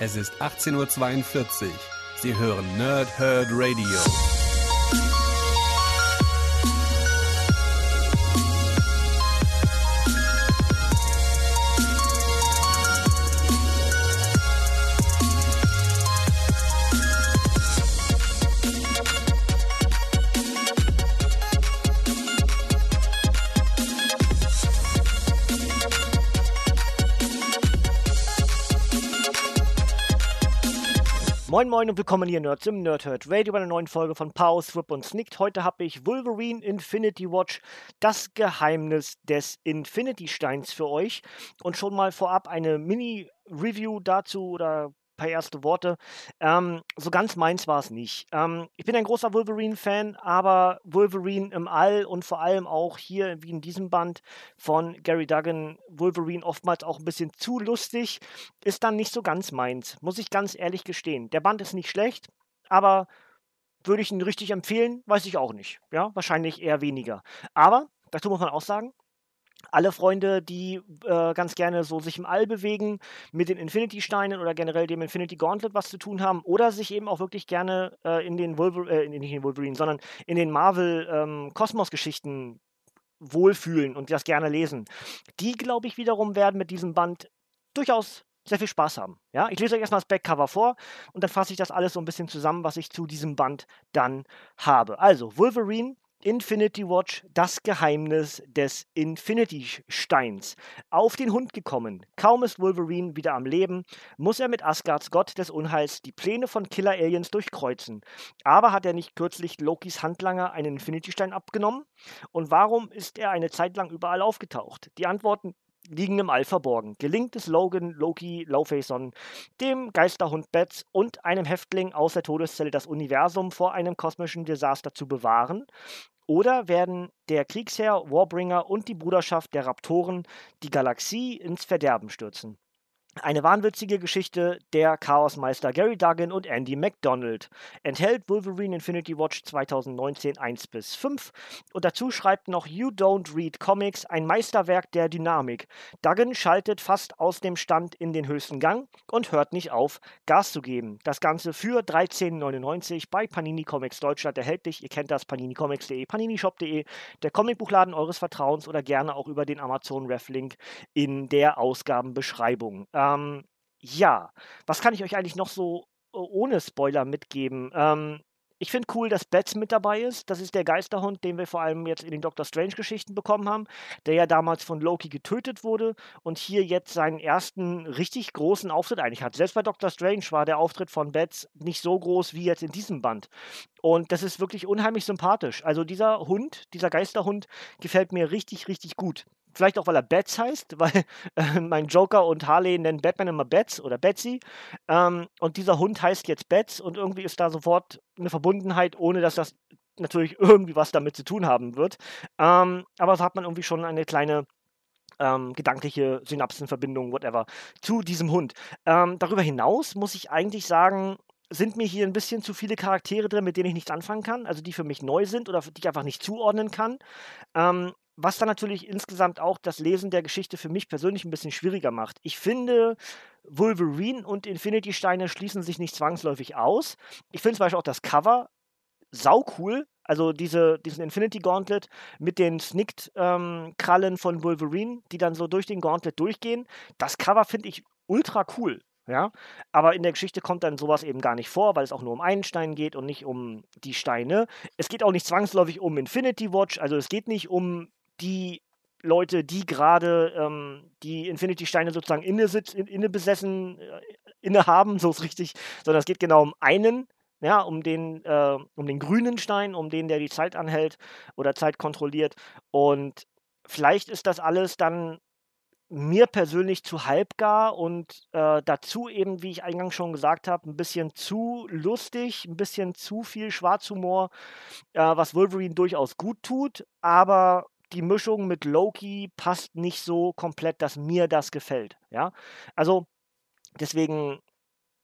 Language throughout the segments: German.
Es ist 18:42 Uhr. Sie hören Nerd Herd Radio. Moin Moin und willkommen hier Nerds im Nerdherd Radio bei einer neuen Folge von Pause, Thrip und Snicked. Heute habe ich Wolverine Infinity Watch, das Geheimnis des Infinity Steins für euch. Und schon mal vorab eine Mini-Review dazu oder ein paar erste Worte. So ganz meins war es nicht. Ich bin ein großer Wolverine-Fan, aber Wolverine im All und vor allem auch hier, wie in diesem Band von Gary Duggan, Wolverine oftmals auch ein bisschen zu lustig, ist dann nicht so ganz meins, muss ich ganz ehrlich gestehen. Der Band ist nicht schlecht, aber würde ich ihn richtig empfehlen, weiß ich auch nicht. Ja, wahrscheinlich eher weniger. Aber, dazu muss man auch sagen, alle Freunde, die ganz gerne so sich im All bewegen, mit den Infinity-Steinen oder generell dem Infinity Gauntlet was zu tun haben oder sich eben auch wirklich gerne in den nicht in den Wolverine, sondern in den Marvel-Kosmos-Geschichten wohlfühlen und das gerne lesen. Die, glaube ich, wiederum werden mit diesem Band durchaus sehr viel Spaß haben. Ja, ich lese euch erstmal das Backcover vor und dann fasse ich das alles so ein bisschen zusammen, was ich zu diesem Band dann habe. Also, Wolverine Infinity Watch, das Geheimnis des Infinity-Steins. Auf den Hund gekommen. Kaum ist Wolverine wieder am Leben, muss er mit Asgards Gott des Unheils die Pläne von Killer-Aliens durchkreuzen. Aber hat er nicht kürzlich Lokis Handlanger einen Infinity-Stein abgenommen? Und warum ist er eine Zeit lang überall aufgetaucht? Die Antworten liegen im All verborgen. Gelingt es Logan, Loki, Laufeyson, dem Geisterhund Bats und einem Häftling aus der Todeszelle das Universum vor einem kosmischen Desaster zu bewahren? Oder werden der Kriegsherr, Warbringer und die Bruderschaft der Raptoren die Galaxie ins Verderben stürzen? Eine wahnwitzige Geschichte der Chaosmeister Gary Duggan und Andy McDonald. Enthält Wolverine Infinity Watch 2019 1-5 und dazu schreibt noch You Don't Read Comics, ein Meisterwerk der Dynamik. Duggan schaltet fast aus dem Stand in den höchsten Gang und hört nicht auf, Gas zu geben. Das Ganze für 13,99 bei Panini Comics Deutschland erhältlich. Ihr kennt das, paninicomics.de, paninishop.de, der Comicbuchladen eures Vertrauens oder gerne auch über den Amazon-Ref-Link in der Ausgabenbeschreibung. Ja, was kann ich euch eigentlich noch so ohne Spoiler mitgeben? Ich finde cool, dass Bats mit dabei ist. Das ist der Geisterhund, den wir vor allem jetzt in den Doctor Strange-Geschichten bekommen haben, der ja damals von Loki getötet wurde und hier jetzt seinen ersten richtig großen Auftritt eigentlich hat. Selbst bei Doctor Strange war der Auftritt von Bats nicht so groß wie jetzt in diesem Band. Und das ist wirklich unheimlich sympathisch. Also dieser Hund, dieser Geisterhund, gefällt mir richtig, richtig gut. Vielleicht auch, weil er Bats heißt, weil mein Joker und Harley nennen Batman immer Bats oder Betsy. Und dieser Hund heißt jetzt Bats und irgendwie ist da sofort eine Verbundenheit, ohne dass das natürlich irgendwie was damit zu tun haben wird. Aber so hat man irgendwie schon eine kleine gedankliche Synapsenverbindung, whatever, zu diesem Hund. Darüber hinaus muss ich eigentlich sagen, sind mir hier ein bisschen zu viele Charaktere drin, mit denen ich nichts anfangen kann, also die für mich neu sind oder die ich einfach nicht zuordnen kann. Was dann natürlich insgesamt auch das Lesen der Geschichte für mich persönlich ein bisschen schwieriger macht. Ich finde, Wolverine und Infinity-Steine schließen sich nicht zwangsläufig aus. Ich finde zum Beispiel auch das Cover saucool. Also diesen Infinity Gauntlet mit den Snicked-Krallen von Wolverine, die dann so durch den Gauntlet durchgehen. Das Cover finde ich ultra cool. Ja, aber in der Geschichte kommt dann sowas eben gar nicht vor, weil es auch nur um einen Stein geht und nicht um die Steine. Es geht auch nicht zwangsläufig um Infinity Watch, also es geht nicht um die Leute, die gerade die Infinity-Steine sozusagen inne haben, so ist richtig, sondern es geht genau um einen, ja, um den grünen Stein, um den, der die Zeit anhält oder Zeit kontrolliert. Und vielleicht ist das alles dann mir persönlich zu halbgar und dazu eben, wie ich eingangs schon gesagt habe, ein bisschen zu lustig, ein bisschen zu viel Schwarzhumor, was Wolverine durchaus gut tut, aber die Mischung mit Loki passt nicht so komplett, dass mir das gefällt. Ja, also deswegen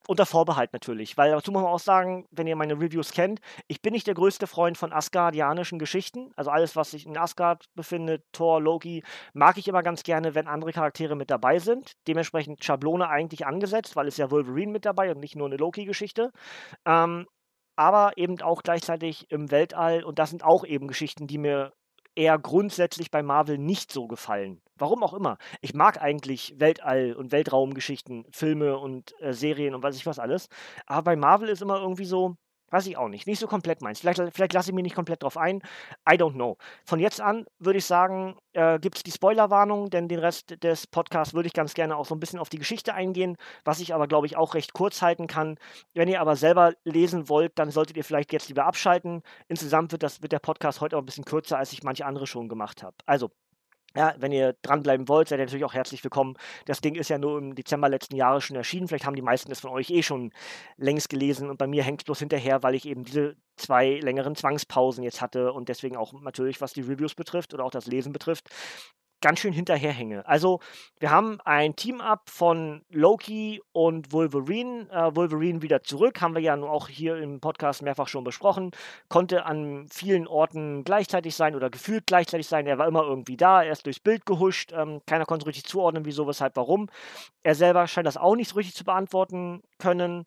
unter Vorbehalt natürlich, weil dazu muss man auch sagen, wenn ihr meine Reviews kennt, ich bin nicht der größte Freund von asgardianischen Geschichten. Also alles, was sich in Asgard befindet, Thor, Loki, mag ich immer ganz gerne, wenn andere Charaktere mit dabei sind. Dementsprechend Schablone eigentlich angesetzt, weil es ja Wolverine mit dabei und nicht nur eine Loki-Geschichte. Ähm, aber eben auch gleichzeitig im Weltall und das sind auch eben Geschichten, die mir eher grundsätzlich bei Marvel nicht so gefallen. Warum auch immer. Ich mag eigentlich Weltall und Weltraumgeschichten, Filme und Serien und weiß ich was alles. Aber bei Marvel ist immer irgendwie so, weiß ich auch nicht so komplett meins. Vielleicht lasse ich mich nicht komplett drauf ein. I don't know. Von jetzt an würde ich sagen, gibt es die Spoilerwarnung, denn den Rest des Podcasts würde ich ganz gerne auch so ein bisschen auf die Geschichte eingehen, was ich aber, glaube ich, auch recht kurz halten kann. Wenn ihr aber selber lesen wollt, dann solltet ihr vielleicht jetzt lieber abschalten. Insgesamt wird der Podcast heute auch ein bisschen kürzer, als ich manche andere schon gemacht habe. Also, ja, wenn ihr dranbleiben wollt, seid ihr natürlich auch herzlich willkommen. Das Ding ist ja nur im Dezember letzten Jahres schon erschienen. Vielleicht haben die meisten es von euch eh schon längst gelesen und bei mir hängt es bloß hinterher, weil ich eben diese 2 längeren Zwangspausen jetzt hatte und deswegen auch natürlich, was die Reviews betrifft oder auch das Lesen betrifft, ganz schön hinterherhänge. Also, wir haben ein Team-Up von Loki und Wolverine. Wolverine wieder zurück, haben wir ja nun auch hier im Podcast mehrfach schon besprochen. Konnte an vielen Orten gleichzeitig sein oder gefühlt gleichzeitig sein. Er war immer irgendwie da, er ist durchs Bild gehuscht. Keiner konnte so richtig zuordnen, wieso, weshalb, warum. Er selber scheint das auch nicht so richtig zu beantworten können.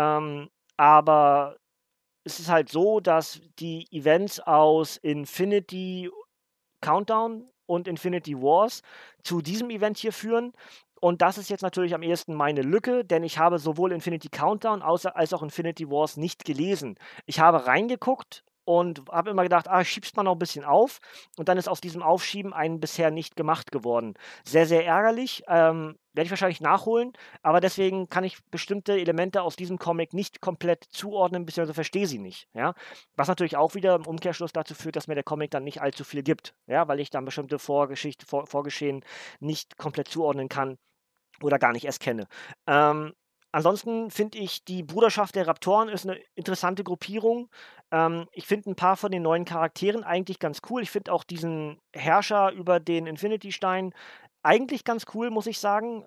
Aber es ist halt so, dass die Events aus Infinity Countdown und Infinity Wars zu diesem Event hier führen. Und das ist jetzt natürlich am ehesten meine Lücke, denn ich habe sowohl Infinity Countdown als auch Infinity Wars nicht gelesen. Ich habe reingeguckt und habe immer gedacht, schiebst mal noch ein bisschen auf. Und dann ist aus diesem Aufschieben ein bisher nicht gemacht geworden. Sehr, sehr ärgerlich. Werde ich wahrscheinlich nachholen, aber deswegen kann ich bestimmte Elemente aus diesem Comic nicht komplett zuordnen, beziehungsweise verstehe sie nicht. Ja? Was natürlich auch wieder im Umkehrschluss dazu führt, dass mir der Comic dann nicht allzu viel gibt, ja, weil ich dann bestimmte Vorgeschehen nicht komplett zuordnen kann oder gar nicht erst kenne. Ansonsten finde ich, die Bruderschaft der Raptoren ist eine interessante Gruppierung. Ich finde ein paar von den neuen Charakteren eigentlich ganz cool. Ich finde auch diesen Herrscher über den Infinity-Stein eigentlich ganz cool, muss ich sagen.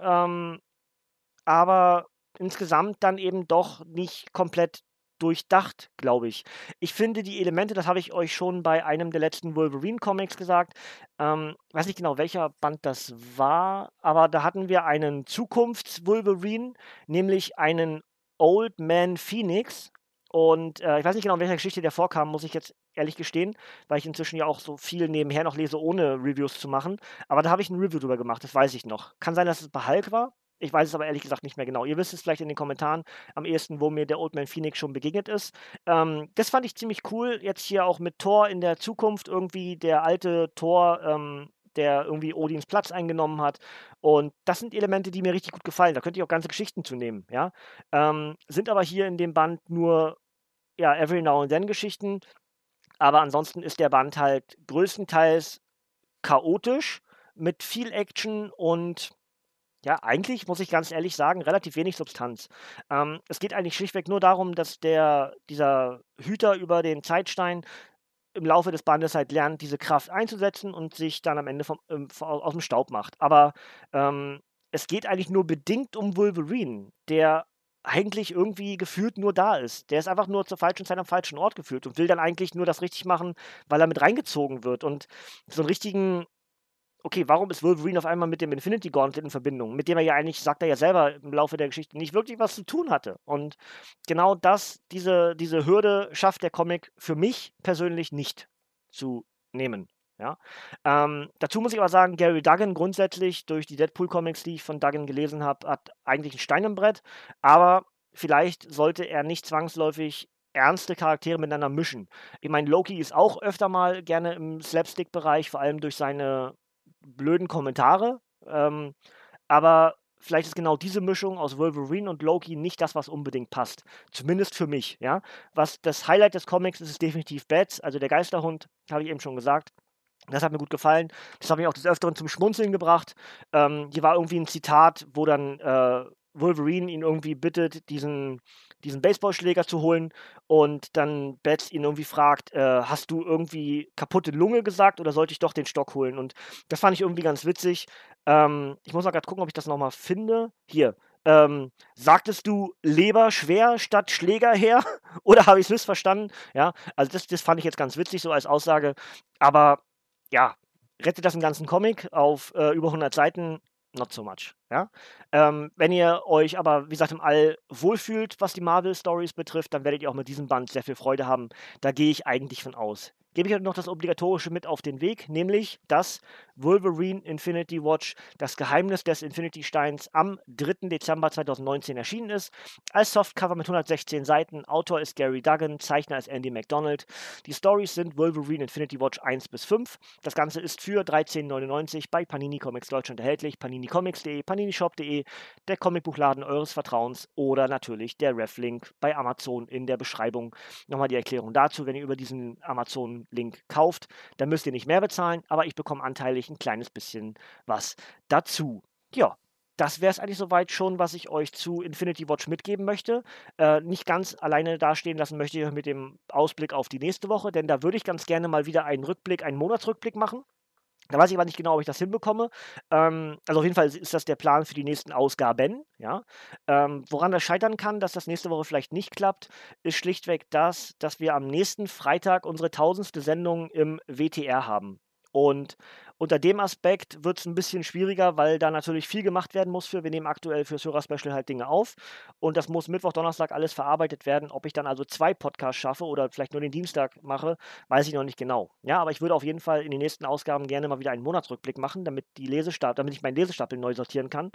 Aber insgesamt dann eben doch nicht komplett durchdacht, glaube ich. Ich finde die Elemente, das habe ich euch schon bei einem der letzten Wolverine-Comics gesagt, weiß nicht genau, welcher Band das war, aber da hatten wir einen Zukunfts-Wolverine, nämlich einen Old Man Phoenix. Und ich weiß nicht genau, in welcher Geschichte der vorkam, muss ich jetzt ehrlich gestehen, weil ich inzwischen ja auch so viel nebenher noch lese, ohne Reviews zu machen. Aber da habe ich ein Review drüber gemacht, das weiß ich noch. Kann sein, dass es bei Hulk war. Ich weiß es aber ehrlich gesagt nicht mehr genau. Ihr wisst es vielleicht in den Kommentaren am ehesten, wo mir der Old Man Phoenix schon begegnet ist. Das fand ich ziemlich cool. Jetzt hier auch mit Thor in der Zukunft irgendwie der alte Thor, der irgendwie Odins Platz eingenommen hat. Und das sind Elemente, die mir richtig gut gefallen. Da könnte ich auch ganze Geschichten zu nehmen, ja. Sind aber hier in dem Band nur, ja, Every Now and Then Geschichten. Aber ansonsten ist der Band halt größtenteils chaotisch mit viel Action und ja, eigentlich muss ich ganz ehrlich sagen, relativ wenig Substanz. Es geht eigentlich schlichtweg nur darum, dass dieser Hüter über den Zeitstein im Laufe des Bandes halt lernt, diese Kraft einzusetzen und sich dann am Ende aus dem Staub macht. Aber es geht eigentlich nur bedingt um Wolverine, der eigentlich irgendwie gefühlt nur da ist. Der ist einfach nur zur falschen Zeit am falschen Ort gefühlt und will dann eigentlich nur das richtig machen, weil er mit reingezogen wird. Und so einen richtigen okay, warum ist Wolverine auf einmal mit dem Infinity Gauntlet in Verbindung, mit dem er ja eigentlich, sagt er ja selber im Laufe der Geschichte, nicht wirklich was zu tun hatte. Und genau diese Hürde schafft der Comic für mich persönlich nicht zu nehmen. Ja? Dazu muss ich aber sagen, Gary Duggan grundsätzlich durch die Deadpool-Comics, die ich von Duggan gelesen habe, hat eigentlich ein Stein im Brett, aber vielleicht sollte er nicht zwangsläufig ernste Charaktere miteinander mischen. Ich meine, Loki ist auch öfter mal gerne im Slapstick-Bereich, vor allem durch seine blöden Kommentare. Aber vielleicht ist genau diese Mischung aus Wolverine und Loki nicht das, was unbedingt passt. Zumindest für mich, ja. Was das Highlight des Comics ist, ist definitiv Bats, also der Geisterhund, habe ich eben schon gesagt. Das hat mir gut gefallen. Das hat mich auch des Öfteren zum Schmunzeln gebracht. Hier war irgendwie ein Zitat, wo dann Wolverine ihn irgendwie bittet, diesen Baseballschläger zu holen und dann Bats ihn irgendwie fragt, hast du irgendwie kaputte Lunge gesagt oder sollte ich doch den Stock holen? Und das fand ich irgendwie ganz witzig. Ich muss mal gerade gucken, ob ich das nochmal finde. Hier. sagtest du Leber schwer statt Schläger her? Oder habe ich es missverstanden? Ja, also das fand ich jetzt ganz witzig so als Aussage. Aber ja, rettet das einen ganzen Comic auf über 100 Seiten? Not so much. Ja? Wenn ihr euch aber, wie gesagt, im All wohlfühlt, was die Marvel-Stories betrifft, dann werdet ihr auch mit diesem Band sehr viel Freude haben. Da gehe ich eigentlich von aus. Gebe ich euch noch das Obligatorische mit auf den Weg, nämlich, dass Wolverine Infinity Watch, das Geheimnis des Infinity-Steins, am 3. Dezember 2019 erschienen ist. Als Softcover mit 116 Seiten. Autor ist Gary Duggan, Zeichner ist Andy McDonald. Die Stories sind Wolverine Infinity Watch 1 bis 5. Das Ganze ist für 13,99 bei Panini Comics Deutschland erhältlich. paninicomics.de, paninishop.de, der Comicbuchladen eures Vertrauens oder natürlich der Reflink bei Amazon in der Beschreibung. Nochmal die Erklärung dazu, wenn ihr über diesen Amazon-Link kauft, dann müsst ihr nicht mehr bezahlen, aber ich bekomme anteilig ein kleines bisschen was dazu. Ja, das wäre es eigentlich soweit schon, was ich euch zu Infinity Watch mitgeben möchte. Nicht ganz alleine dastehen lassen möchte ich mit dem Ausblick auf die nächste Woche, denn da würde ich ganz gerne mal wieder einen Rückblick, einen Monatsrückblick machen. Da weiß ich aber nicht genau, ob ich das hinbekomme. Also auf jeden Fall ist das der Plan für die nächsten Ausgaben. Ja? Woran das scheitern kann, dass das nächste Woche vielleicht nicht klappt, ist schlichtweg das, dass wir am nächsten Freitag unsere 1000. Sendung im WTR haben. Und unter dem Aspekt wird es ein bisschen schwieriger, weil da natürlich viel gemacht werden muss für. Wir nehmen aktuell fürs Hörerspecial halt Dinge auf. Und das muss Mittwoch, Donnerstag alles verarbeitet werden. Ob ich dann also 2 Podcasts schaffe oder vielleicht nur den Dienstag mache, weiß ich noch nicht genau. Ja, aber ich würde auf jeden Fall in den nächsten Ausgaben gerne mal wieder einen Monatsrückblick machen, damit ich meinen Lesestapel neu sortieren kann.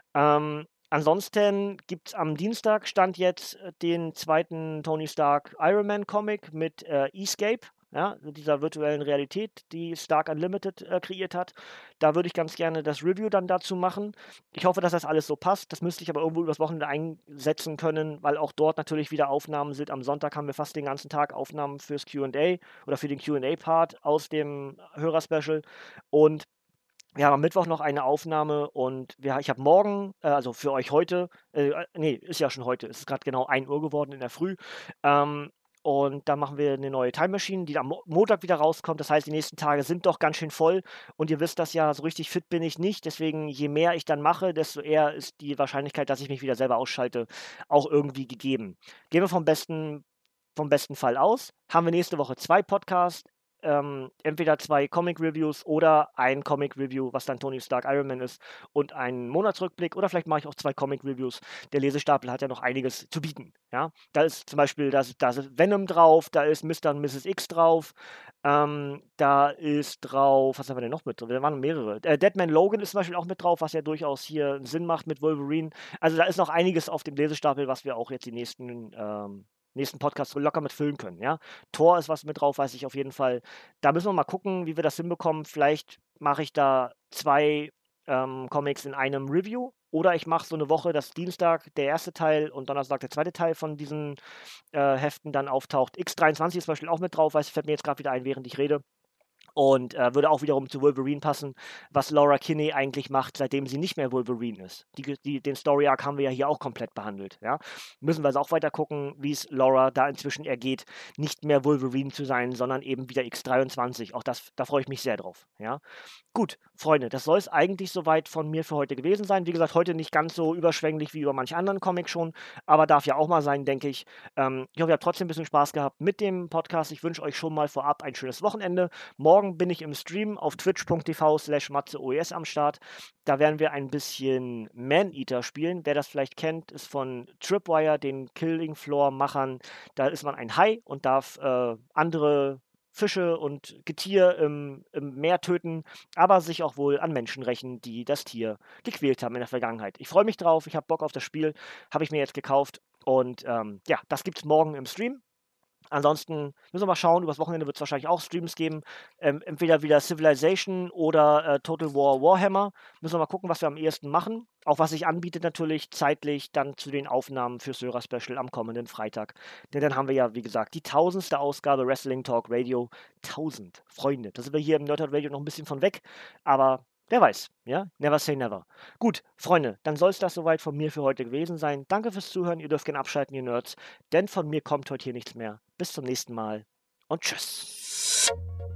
Ansonsten gibt es am Dienstag, stand jetzt den zweiten Tony Stark Iron Man Comic mit Escape. Ja, dieser virtuellen Realität, die Stark Unlimited kreiert hat. Da würde ich ganz gerne das Review dann dazu machen. Ich hoffe, dass das alles so passt. Das müsste ich aber irgendwo übers Wochenende einsetzen können, weil auch dort natürlich wieder Aufnahmen sind. Am Sonntag haben wir fast den ganzen Tag Aufnahmen fürs Q&A oder für den Q&A-Part aus dem Hörerspecial. Und wir haben am Mittwoch noch eine Aufnahme und ich habe morgen, also für euch heute, nee, ist ja schon heute, es ist gerade genau 1 Uhr geworden in der Früh. Und dann machen wir eine neue Time Machine, die am Montag wieder rauskommt. Das heißt, die nächsten Tage sind doch ganz schön voll. Und ihr wisst das ja, so richtig fit bin ich nicht. Deswegen, je mehr ich dann mache, desto eher ist die Wahrscheinlichkeit, dass ich mich wieder selber ausschalte, auch irgendwie gegeben. Gehen wir vom besten Fall aus. Haben wir nächste Woche 2 Podcasts. Entweder 2 Comic-Reviews oder ein Comic-Review, was dann Tony Stark Iron Man ist, und einen Monatsrückblick. Oder vielleicht mache ich auch 2 Comic-Reviews. Der Lesestapel hat ja noch einiges zu bieten. Ja? Da ist zum Beispiel da ist Venom drauf, da ist Mr. und Mrs. X drauf, da ist drauf, was haben wir denn noch mit drin? Da waren mehrere. Deadman Logan ist zum Beispiel auch mit drauf, was ja durchaus hier Sinn macht mit Wolverine. Also da ist noch einiges auf dem Lesestapel, was wir auch jetzt die nächsten Podcast so locker mit füllen können, ja. Thor ist was mit drauf, weiß ich auf jeden Fall. Da müssen wir mal gucken, wie wir das hinbekommen. Vielleicht mache ich da 2 Comics in einem Review oder ich mache so eine Woche, dass Dienstag der erste Teil und Donnerstag der zweite Teil von diesen Heften dann auftaucht. X23 ist zum Beispiel auch mit drauf, fällt mir jetzt gerade wieder ein, während ich rede. Und würde auch wiederum zu Wolverine passen, was Laura Kinney eigentlich macht, seitdem sie nicht mehr Wolverine ist. Den Story-Arc haben wir ja hier auch komplett behandelt. Ja? Müssen wir also auch weiter gucken, wie es Laura da inzwischen ergeht, nicht mehr Wolverine zu sein, sondern eben wieder X23. Auch da freue ich mich sehr drauf. Ja? Gut, Freunde, das soll es eigentlich soweit von mir für heute gewesen sein. Wie gesagt, heute nicht ganz so überschwänglich wie über manch anderen Comic schon, aber darf ja auch mal sein, denke ich. Ich hoffe, ihr habt trotzdem ein bisschen Spaß gehabt mit dem Podcast. Ich wünsche euch schon mal vorab ein schönes Wochenende. Morgen bin ich im Stream auf twitch.tv/matzeoes am Start. Da werden wir ein bisschen Man-Eater spielen. Wer das vielleicht kennt, ist von Tripwire, den Killing Floor-Machern. Da ist man ein Hai und darf andere Fische und Getier im Meer töten, aber sich auch wohl an Menschen rächen, die das Tier gequält haben in der Vergangenheit. Ich freue mich drauf, ich habe Bock auf das Spiel, habe ich mir jetzt gekauft und ja, das gibt es morgen im Stream. Ansonsten müssen wir mal schauen, übers Wochenende wird es wahrscheinlich auch Streams geben. Entweder wieder Civilization oder Total War Warhammer. Müssen wir mal gucken, was wir am ehesten machen. Auch was sich anbietet natürlich zeitlich dann zu den Aufnahmen fürs Hörer-Special am kommenden Freitag. Denn dann haben wir ja, wie gesagt, die 1000. Ausgabe Wrestling Talk Radio. 1000, Freunde. Da sind wir hier im Nerdhurt Radio noch ein bisschen von weg. Aber wer weiß, ja? Never say never. Gut, Freunde, dann soll es das soweit von mir für heute gewesen sein. Danke fürs Zuhören. Ihr dürft gerne abschalten, ihr Nerds. Denn von mir kommt heute hier nichts mehr. Bis zum nächsten Mal und tschüss.